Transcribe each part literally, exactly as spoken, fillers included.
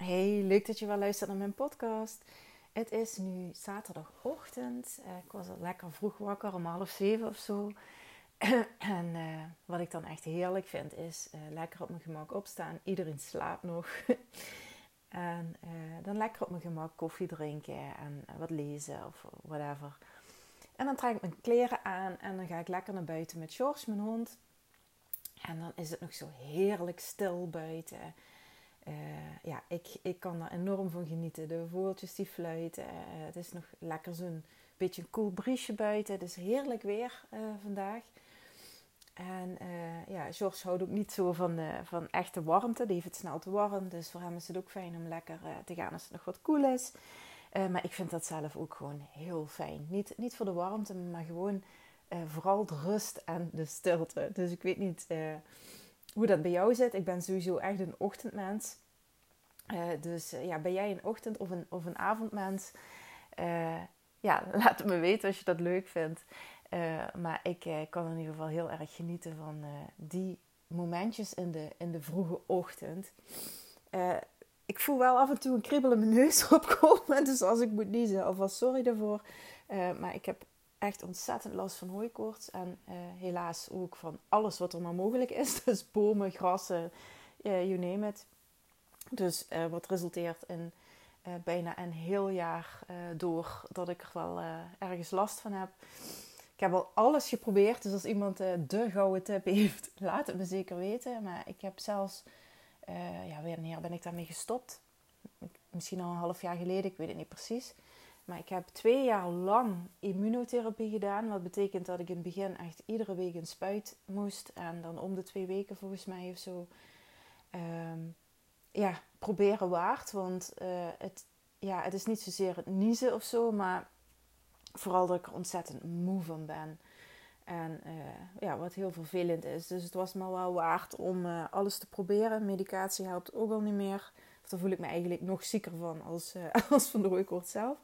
Hey, leuk dat je wel luistert naar mijn podcast. Het is nu zaterdagochtend. Uh, ik was al lekker vroeg wakker, om half zeven of zo. en uh, wat ik dan echt heerlijk vind, is uh, lekker op mijn gemak opstaan. Iedereen slaapt nog. en uh, dan lekker op mijn gemak koffie drinken en wat lezen of whatever. En dan trek ik mijn kleren aan en dan ga ik lekker naar buiten met George, mijn hond. En dan is het nog zo heerlijk stil buiten. Uh, ja, ik, ik kan daar enorm van genieten. De vogeltjes die fluiten. Uh, het is nog lekker zo'n beetje een koel briesje buiten. Het is heerlijk weer uh, vandaag. En uh, ja, George houdt ook niet zo van, uh, van echte warmte. Die heeft het snel te warm. Dus voor hem is het ook fijn om lekker uh, te gaan als het nog wat koel is. Uh, maar ik vind dat zelf ook gewoon heel fijn. Niet, niet voor de warmte, maar gewoon uh, vooral de rust en de stilte. Dus ik weet niet... Uh, hoe dat bij jou zit. Ik ben sowieso echt een ochtendmens. Uh, dus uh, ja, ben jij een ochtend- of een, of een avondmens? Uh, ja, laat het me weten als je dat leuk vindt. Uh, maar ik uh, kan in ieder geval heel erg genieten van uh, die momentjes in de, in de vroege ochtend. Uh, ik voel wel af en toe een kriebel in mijn neus opkomen. Dus als ik moet niezen, alvast sorry daarvoor. Uh, maar ik heb echt ontzettend last van hooikoorts. En uh, helaas ook van alles wat er maar mogelijk is. Dus bomen, grassen, uh, you name it. Dus uh, wat resulteert in uh, bijna een heel jaar uh, door dat ik er wel uh, ergens last van heb. Ik heb al alles geprobeerd. Dus als iemand uh, de gouden tip heeft, laat het me zeker weten. Maar ik heb zelfs... Uh, ja, wanneer ben ik daarmee gestopt? Misschien al een half jaar geleden, ik weet het niet precies. Maar ik heb twee jaar lang immunotherapie gedaan. Wat betekent dat ik in het begin echt iedere week een spuit moest. En dan om de twee weken volgens mij of zo. Um, ja, proberen waard. Want uh, het, ja, het is niet zozeer het niezen of zo. Maar vooral dat ik er ontzettend moe van ben. En uh, ja, wat heel vervelend is. Dus het was me wel waard om uh, alles te proberen. Medicatie helpt ook al niet meer. Of daar voel ik me eigenlijk nog zieker van als, uh, als van de hooikoorts zelf.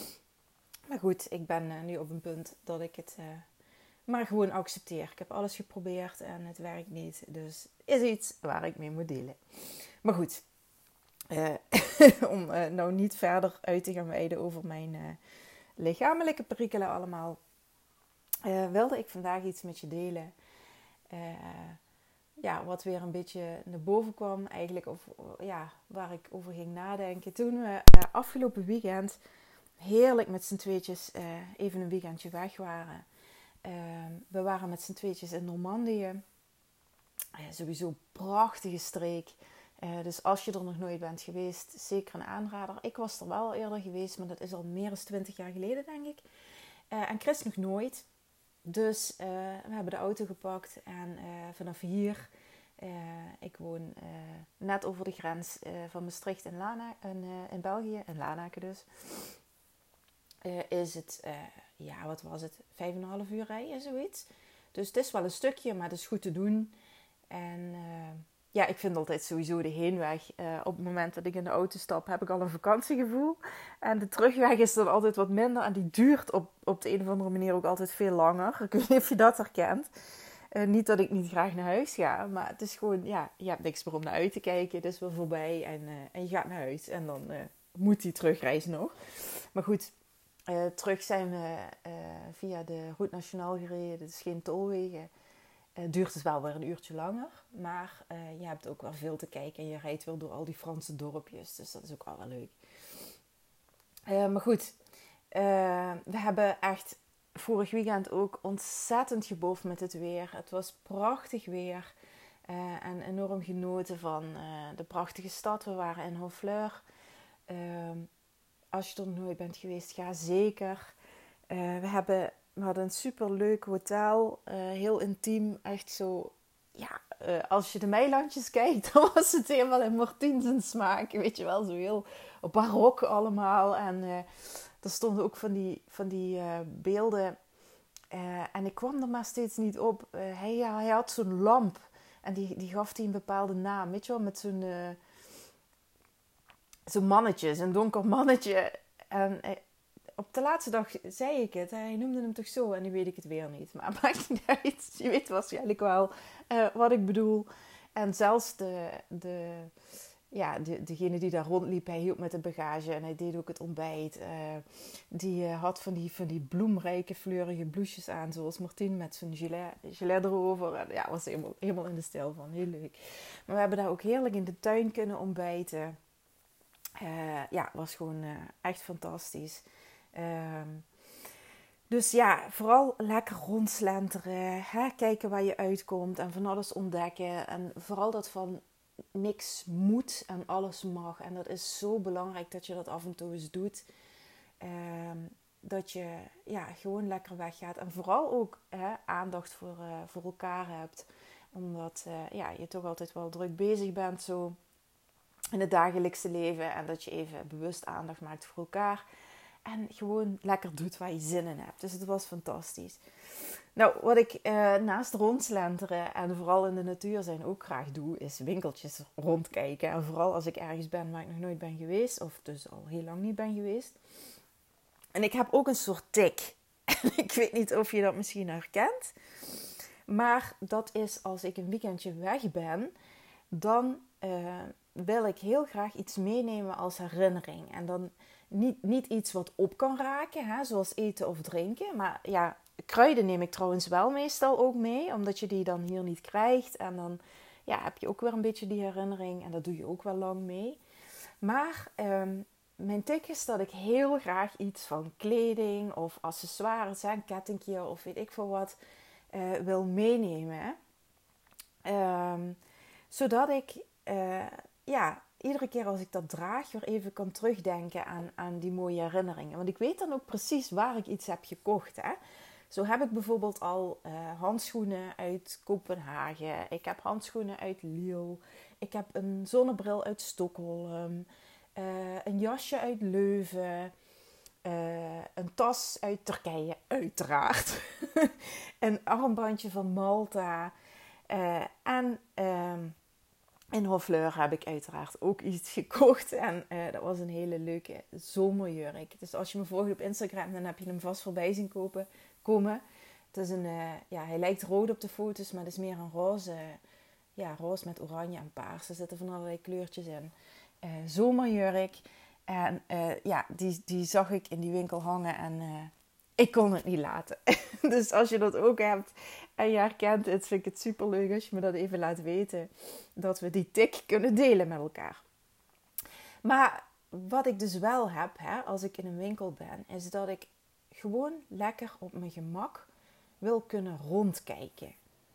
Maar goed, ik ben uh, nu op een punt dat ik het uh, maar gewoon accepteer. Ik heb alles geprobeerd en het werkt niet. Dus is iets waar ik mee moet delen. Maar goed, uh, om uh, nou niet verder uit te gaan wijden over mijn uh, lichamelijke perikelen allemaal... Uh, wilde ik vandaag iets met je delen. Uh, ja, wat weer een beetje naar boven kwam. Eigenlijk of, ja, waar ik over ging nadenken. Toen we uh, afgelopen weekend heerlijk met z'n tweetjes uh, even een weekendje weg waren. Uh, we waren met z'n tweetjes in Normandië. Uh, sowieso een prachtige streek. Uh, dus als je er nog nooit bent geweest, zeker een aanrader. Ik was er wel eerder geweest, maar dat is al meer dan twintig jaar geleden, denk ik. Uh, en Chris nog nooit. Dus uh, we hebben de auto gepakt en uh, vanaf hier, uh, ik woon uh, net over de grens uh, van Maastricht in, Lana, in, uh, in België, in Lanaken dus, uh, is het, uh, ja wat was het, vijf en een half uur rijden, zoiets. Dus het is wel een stukje, maar het is goed te doen. En uh, ja, ik vind altijd sowieso de heenweg, uh, op het moment dat ik in de auto stap, heb ik al een vakantiegevoel. En de terugweg is dan altijd wat minder. En die duurt op, op de een of andere manier ook altijd veel langer. Ik weet niet of je dat herkent. Uh, niet dat ik niet graag naar huis ga. Maar het is gewoon, ja, je hebt niks meer om naar uit te kijken. Het is wel voorbij en, uh, en je gaat naar huis. En dan uh, moet die terugreis nog. Maar goed, uh, terug zijn we uh, via de Route Nationale gereden. Het is geen tolwegen. Uh, duurt het wel weer een uurtje langer. Maar uh, je hebt ook wel veel te kijken. En je rijdt wel door al die Franse dorpjes. Dus dat is ook wel wel leuk. Uh, maar goed. Uh, we hebben echt vorig weekend ook ontzettend geboofd met het weer. Het was prachtig weer. Uh, en enorm genoten van uh, de prachtige stad. We waren in Honfleur. Uh, als je er nog nooit bent geweest, ga zeker. Uh, we hebben... We hadden een superleuk hotel, uh, heel intiem, echt zo, ja, uh, als je de Meilandjes kijkt, dan was het helemaal in Martiensen smaak, weet je wel, zo heel barok allemaal. En uh, er stonden ook van die, van die uh, beelden, uh, en ik kwam er maar steeds niet op. Uh, hij, ja, hij had zo'n lamp en die, die gaf hij een bepaalde naam, weet je wel, met zo'n, uh, zo'n mannetje, zo'n donker mannetje. En uh, op de laatste dag zei ik het. Hij noemde hem toch zo en nu weet ik het weer niet. Maar het maakt niet uit. Je weet waarschijnlijk wel uh, wat ik bedoel. En zelfs de, de, ja, de, degene die daar rondliep, hij hielp met de bagage en hij deed ook het ontbijt. Uh, die uh, had van die, van die bloemrijke, fleurige blouses aan, zoals Martien met zijn gilet, gilet erover. En ja, was helemaal, helemaal in de stijl van, heel leuk. Maar we hebben daar ook heerlijk in de tuin kunnen ontbijten. Uh, ja, was gewoon uh, echt fantastisch. Uh, dus ja, vooral lekker rondslenteren, hè? Kijken waar je uitkomt en van alles ontdekken. En vooral dat van niks moet en alles mag. En dat is zo belangrijk dat je dat af en toe eens doet. Uh, dat je ja, gewoon lekker weggaat. En vooral ook hè, aandacht voor, uh, voor elkaar hebt. Omdat uh, ja, je toch altijd wel druk bezig bent zo in het dagelijkse leven. En dat je even bewust aandacht maakt voor elkaar. En gewoon lekker doet waar je zin in hebt. Dus het was fantastisch. Nou, wat ik uh, naast rondslenteren en vooral in de natuur zijn ook graag doe, is winkeltjes rondkijken. En vooral als ik ergens ben waar ik nog nooit ben geweest, of dus al heel lang niet ben geweest. En ik heb ook een soort tik. En ik weet niet of je dat misschien herkent. Maar dat is als ik een weekendje weg ben, dan uh, wil ik heel graag iets meenemen als herinnering. En dan niet, niet iets wat op kan raken, hè, zoals eten of drinken. Maar ja, kruiden neem ik trouwens wel meestal ook mee, omdat je die dan hier niet krijgt. En dan ja, heb je ook weer een beetje die herinnering en dat doe je ook wel lang mee. Maar um, mijn tik is dat ik heel graag iets van kleding of accessoires, een kettingje of weet ik veel wat, uh, wil meenemen. Um, zodat ik uh, ja, iedere keer als ik dat draag weer even kan terugdenken aan, aan die mooie herinneringen. Want ik weet dan ook precies waar ik iets heb gekocht. Hè? Zo heb ik bijvoorbeeld al uh, handschoenen uit Kopenhagen. Ik heb handschoenen uit Lille. Ik heb een zonnebril uit Stockholm. Uh, een jasje uit Leuven. Uh, een tas uit Turkije, uiteraard. Een armbandje van Malta. Uh, en uh, in Hofleur heb ik uiteraard ook iets gekocht. En uh, dat was een hele leuke zomerjurk. Dus als je me volgt op Instagram, dan heb je hem vast voorbij zien kopen, komen. Het is een, uh, ja, hij lijkt rood op de foto's, maar het is meer een roze. Uh, ja, roze met oranje en paars. Er zitten van allerlei kleurtjes in. Uh, zomerjurk. En uh, ja, die, die zag ik in die winkel hangen en uh, ik kon het niet laten. Dus als je dat ook hebt en je herkent het, vind ik het superleuk als je me dat even laat weten. Dat we die tik kunnen delen met elkaar. Maar wat ik dus wel heb, hè, als ik in een winkel ben, is dat ik gewoon lekker op mijn gemak wil kunnen rondkijken.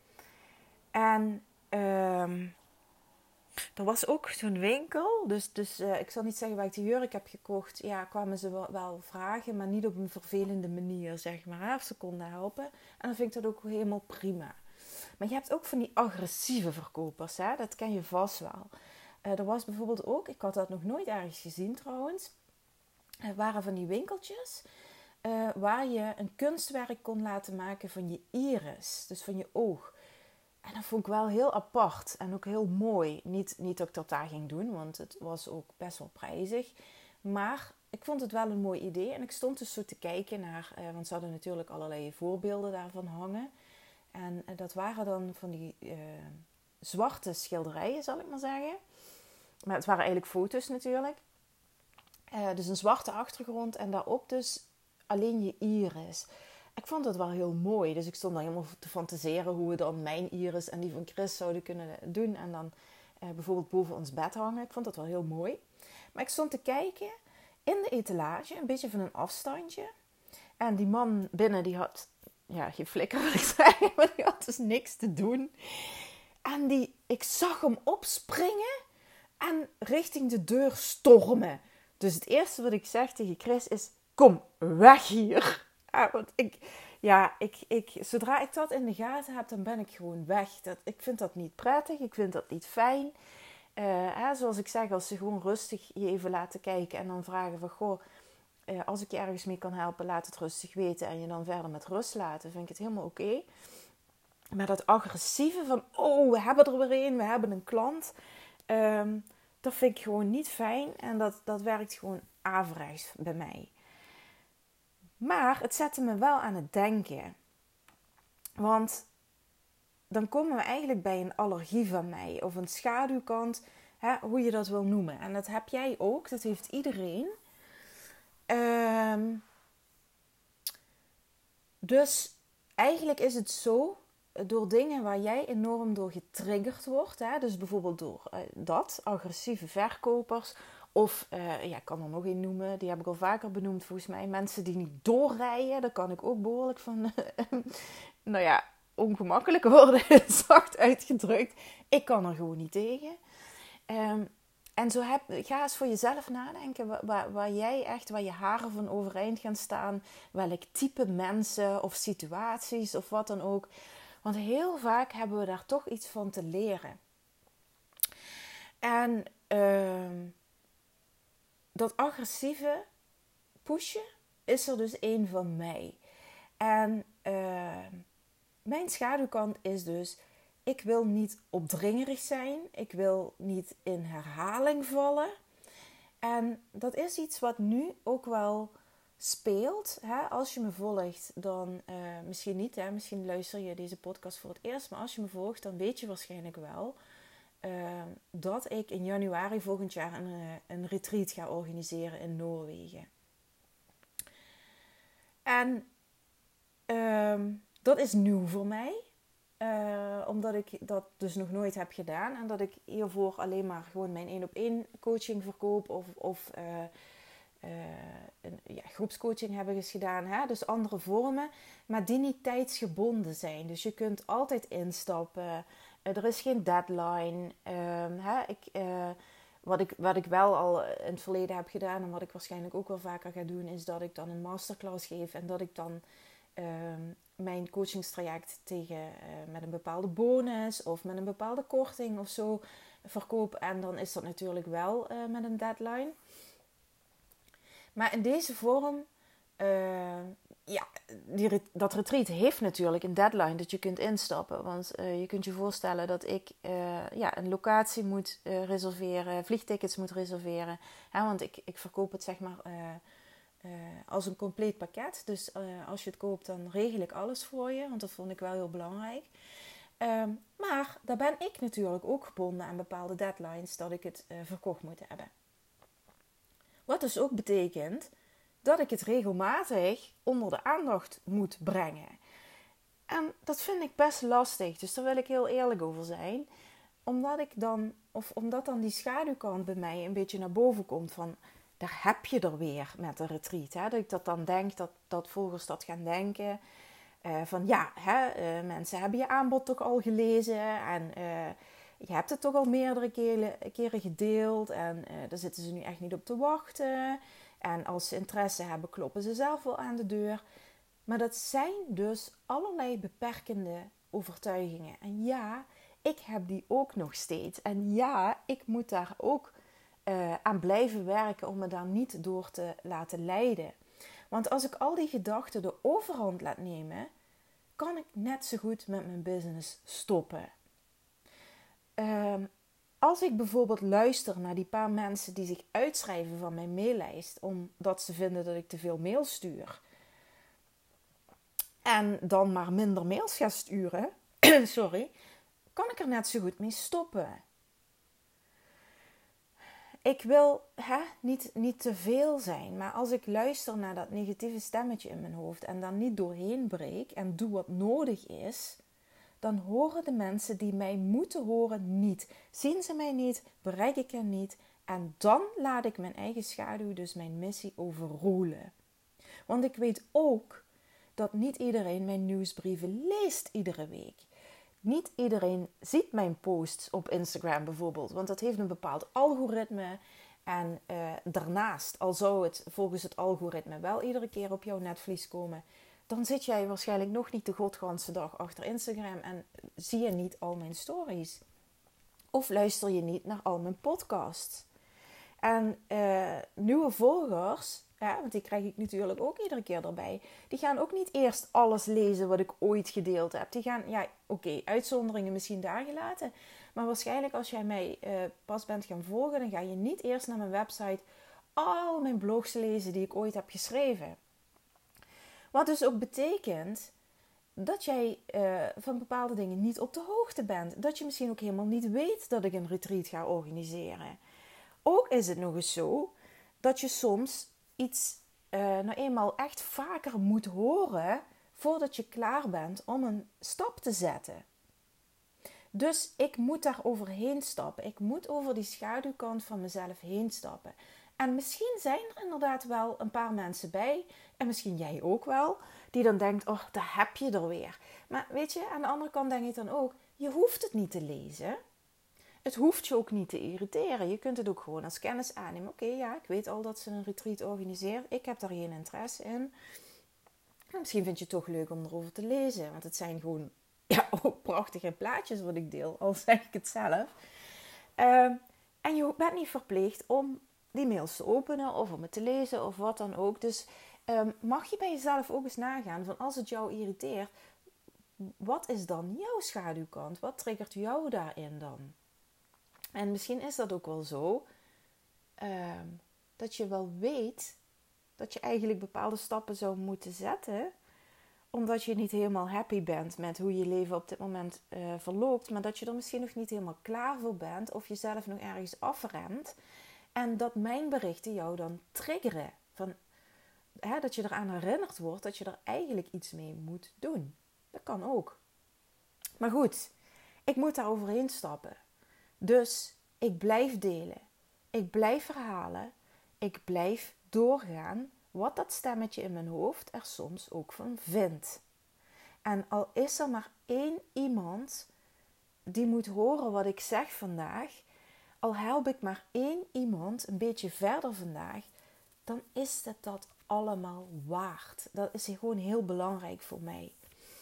En um, er was ook zo'n winkel, dus, dus uh, ik zal niet zeggen waar ik die jurk heb gekocht. Ja, kwamen ze wel, wel vragen, maar niet op een vervelende manier, zeg maar. Hè, of ze konden helpen. En dan vind ik dat ook helemaal prima. Maar je hebt ook van die agressieve verkopers, hè? Dat ken je vast wel. Uh, er was bijvoorbeeld ook, ik had dat nog nooit ergens gezien trouwens. Er waren van die winkeltjes uh, waar je een kunstwerk kon laten maken van je iris, dus van je oog. En dat vond ik wel heel apart en ook heel mooi. Niet, niet dat ik dat daar ging doen, want het was ook best wel prijzig. Maar ik vond het wel een mooi idee. En ik stond dus zo te kijken naar, uh, want ze hadden natuurlijk allerlei voorbeelden daarvan hangen. En uh, dat waren dan van die uh, zwarte schilderijen, zal ik maar zeggen. Maar het waren eigenlijk foto's natuurlijk. Uh, dus een zwarte achtergrond en daarop dus alleen je iris. Ik vond het wel heel mooi. Dus ik stond dan helemaal te fantaseren hoe we dan mijn iris en die van Chris zouden kunnen doen. En dan uh, bijvoorbeeld boven ons bed hangen. Ik vond dat wel heel mooi. Maar ik stond te kijken in de etalage, een beetje van een afstandje. En die man binnen, die had, ja, geen flikker wil ik zeggen, maar die had dus niks te doen. En die, ik zag hem opspringen en richting de deur stormen. Dus het eerste wat ik zeg tegen Chris is, kom weg hier. Ja, want ik, ja, ik, ik, zodra ik dat in de gaten heb, dan ben ik gewoon weg. Dat, ik vind dat niet prettig, ik vind dat niet fijn. Uh, hè, zoals ik zeg, als ze gewoon rustig je even laten kijken en dan vragen van, goh, uh, als ik je ergens mee kan helpen, laat het rustig weten. En je dan verder met rust laten, vind ik het helemaal oké. Okay. Maar dat agressieve van, oh, we hebben er weer een, we hebben een klant. Um, dat vind ik gewoon niet fijn en dat, dat werkt gewoon averechts bij mij. Maar het zette me wel aan het denken. Want dan komen we eigenlijk bij een allergie van mij. Of een schaduwkant Hè, hoe je dat wil noemen. En dat heb jij ook. Dat heeft iedereen. Um, dus eigenlijk is het zo, door dingen waar jij enorm door getriggerd wordt. Hè, dus bijvoorbeeld door uh, dat, agressieve verkopers. Of, uh, ja, ik kan er nog één noemen, die heb ik al vaker benoemd volgens mij. Mensen die niet doorrijden, daar kan ik ook behoorlijk van, nou ja, ongemakkelijk worden, zacht uitgedrukt. Ik kan er gewoon niet tegen. Um, en zo heb, ga eens voor jezelf nadenken waar, waar, waar jij echt, waar je haren van overeind gaan staan. Welk type mensen of situaties of wat dan ook. Want heel vaak hebben we daar toch iets van te leren. En um, dat agressieve pushen is er dus één van mij. En uh, mijn schaduwkant is dus, ik wil niet opdringerig zijn. Ik wil niet in herhaling vallen. En dat is iets wat nu ook wel speelt. Hè? Als je me volgt, dan uh, misschien niet. Hè? Misschien luister je deze podcast voor het eerst. Maar als je me volgt, dan weet je waarschijnlijk wel uh, dat ik in januari volgend jaar een, uh, een retreat ga organiseren in Noorwegen. En uh, dat is nieuw voor mij. Uh, omdat ik dat dus nog nooit heb gedaan. En dat ik hiervoor alleen maar gewoon mijn één op één coaching verkoop. Of, of uh, uh, een ja, groepscoaching heb ik eens gedaan. Hè? Dus andere vormen. Maar die niet tijdsgebonden zijn. Dus je kunt altijd instappen. Uh, er is geen deadline. Uh, hè? Ik, uh, wat, ik, wat ik wel al in het verleden heb gedaan. En wat ik waarschijnlijk ook wel vaker ga doen. Is dat ik dan een masterclass geef. En dat ik dan Uh, mijn coachingstraject tegen, uh, met een bepaalde bonus of met een bepaalde korting of zo verkoop. En dan is dat natuurlijk wel uh, met een deadline. Maar in deze vorm, uh, ja, die, dat retreat heeft natuurlijk een deadline dat je kunt instappen. Want uh, je kunt je voorstellen dat ik uh, ja, een locatie moet uh, reserveren, vliegtickets moet reserveren. Hè, want ik, ik verkoop het zeg maar Uh, Uh, als een compleet pakket. Dus uh, als je het koopt, dan regel ik alles voor je. Want dat vond ik wel heel belangrijk. Um, maar daar ben ik natuurlijk ook gebonden aan bepaalde deadlines dat ik het uh, verkocht moet hebben. Wat dus ook betekent dat ik het regelmatig onder de aandacht moet brengen. En dat vind ik best lastig. Dus daar wil ik heel eerlijk over zijn. Omdat ik dan, of omdat dan die schaduwkant bij mij een beetje naar boven komt van, daar heb je er weer met een retreat. Hè? Dat ik dat dan denk, dat, dat volgers dat gaan denken. Uh, van ja, hè, uh, mensen hebben je aanbod toch al gelezen. En uh, je hebt het toch al meerdere keren, keren gedeeld. En uh, daar zitten ze nu echt niet op te wachten. En als ze interesse hebben, kloppen ze zelf wel aan de deur. Maar dat zijn dus allerlei beperkende overtuigingen. En ja, ik heb die ook nog steeds. En ja, ik moet daar ook Uh, aan blijven werken om me daar niet door te laten leiden. Want als ik al die gedachten de overhand laat nemen, kan ik net zo goed met mijn business stoppen. Uh, als ik bijvoorbeeld luister naar die paar mensen die zich uitschrijven van mijn maillijst, omdat ze vinden dat ik te veel mails stuur, en dan maar minder mails ga sturen, sorry, kan ik er net zo goed mee stoppen. Ik wil hè, niet, niet te veel zijn, maar als ik luister naar dat negatieve stemmetje in mijn hoofd en daar niet doorheen breek en doe wat nodig is, dan horen de mensen die mij moeten horen niet. Zien ze mij niet, bereik ik hen niet en dan laat ik mijn eigen schaduw, dus mijn missie, overroelen. Want ik weet ook dat niet iedereen mijn nieuwsbrieven leest iedere week. Niet iedereen ziet mijn posts op Instagram bijvoorbeeld, want dat heeft een bepaald algoritme. En uh, daarnaast, al zou het volgens het algoritme wel iedere keer op jouw netvlies komen, dan zit jij waarschijnlijk nog niet de godganse dag achter Instagram en zie je niet al mijn stories. Of luister je niet naar al mijn podcasts. En uh, nieuwe volgers, ja, want die krijg ik natuurlijk ook iedere keer erbij, die gaan ook niet eerst alles lezen wat ik ooit gedeeld heb. Die gaan, ja, oké, okay, uitzonderingen misschien daar gelaten. Maar waarschijnlijk als jij mij uh, pas bent gaan volgen, dan ga je niet eerst naar mijn website al mijn blogs lezen die ik ooit heb geschreven. Wat dus ook betekent dat jij uh, van bepaalde dingen niet op de hoogte bent. Dat je misschien ook helemaal niet weet dat ik een retreat ga organiseren. Ook is het nog eens zo dat je soms iets uh, nou eenmaal echt vaker moet horen voordat je klaar bent om een stap te zetten. Dus ik moet daar overheen stappen. Ik moet over die schaduwkant van mezelf heen stappen. En misschien zijn er inderdaad wel een paar mensen bij, en misschien jij ook wel, die dan denkt, oh, daar heb je er weer. Maar weet je, aan de andere kant denk ik dan ook, je hoeft het niet te lezen. Het hoeft je ook niet te irriteren. Je kunt het ook gewoon als kennis aannemen. Oké, okay, ja, ik weet al dat ze een retreat organiseren. Ik heb daar geen interesse in. Maar misschien vind je het toch leuk om erover te lezen. Want het zijn gewoon ja, ook prachtige plaatjes wat ik deel. Al zeg ik het zelf. Uh, en je bent niet verplicht om die mails te openen of om het te lezen of wat dan ook. Dus um, mag je bij jezelf ook eens nagaan van als het jou irriteert, wat is dan jouw schaduwkant? Wat triggert jou daarin dan? En misschien is dat ook wel zo um, dat je wel weet dat je eigenlijk bepaalde stappen zou moeten zetten, omdat je niet helemaal happy bent met hoe je leven op dit moment uh, verloopt, maar dat je er misschien nog niet helemaal klaar voor bent of jezelf nog ergens afremt. En dat mijn berichten jou dan triggeren. Van, hè, dat je eraan herinnerd wordt dat je er eigenlijk iets mee moet doen. Dat kan ook. Maar goed, ik moet daar overheen stappen. Dus ik blijf delen. Ik blijf verhalen. Ik blijf doorgaan wat dat stemmetje in mijn hoofd er soms ook van vindt. En al is er maar één iemand die moet horen wat ik zeg vandaag, al help ik maar één iemand een beetje verder vandaag, dan is het dat allemaal waard. Dat is gewoon heel belangrijk voor mij.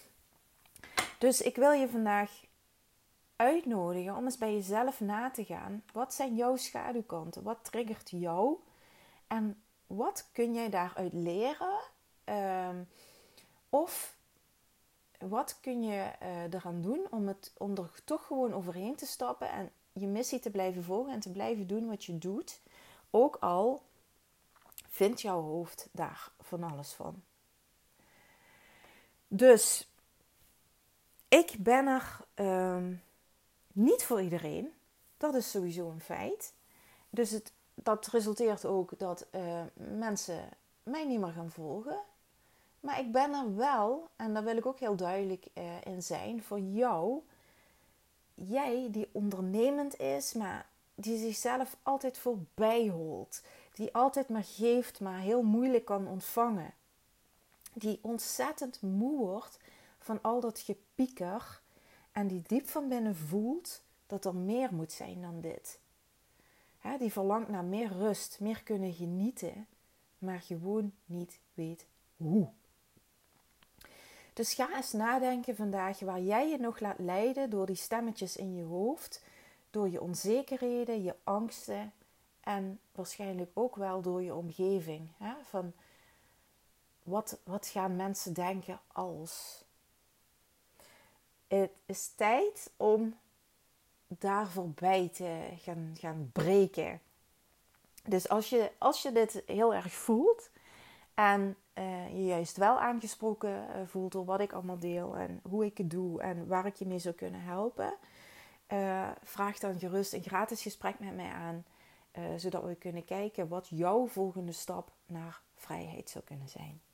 Dus ik wil je vandaag uitnodigen om eens bij jezelf na te gaan. Wat zijn jouw schaduwkanten? Wat triggert jou? En wat kun jij daaruit leren? Um, of wat kun je uh, eraan doen om, het, om er toch gewoon overheen te stappen en je missie te blijven volgen en te blijven doen wat je doet. Ook al vindt jouw hoofd daar van alles van. Dus ik ben er um, niet voor iedereen. Dat is sowieso een feit. Dus het, dat resulteert ook dat uh, mensen mij niet meer gaan volgen. Maar ik ben er wel, en daar wil ik ook heel duidelijk uh, in zijn, voor jou. Jij die ondernemend is, maar die zichzelf altijd voorbij holt. Die altijd maar geeft, maar heel moeilijk kan ontvangen. Die ontzettend moe wordt van al dat gepieker. En die diep van binnen voelt dat er meer moet zijn dan dit. He, die verlangt naar meer rust, meer kunnen genieten. Maar gewoon niet weet hoe. Dus ga eens nadenken vandaag waar jij je nog laat leiden door die stemmetjes in je hoofd. Door je onzekerheden, je angsten en waarschijnlijk ook wel door je omgeving. Hè? Van wat, wat gaan mensen denken als? Het is tijd om daar voorbij te gaan, gaan breken. Dus als je, als je dit heel erg voelt en uh, je juist wel aangesproken uh, voelt door wat ik allemaal deel en hoe ik het doe en waar ik je mee zou kunnen helpen, uh, vraag dan gerust een gratis gesprek met mij aan, uh, zodat we kunnen kijken wat jouw volgende stap naar vrijheid zou kunnen zijn.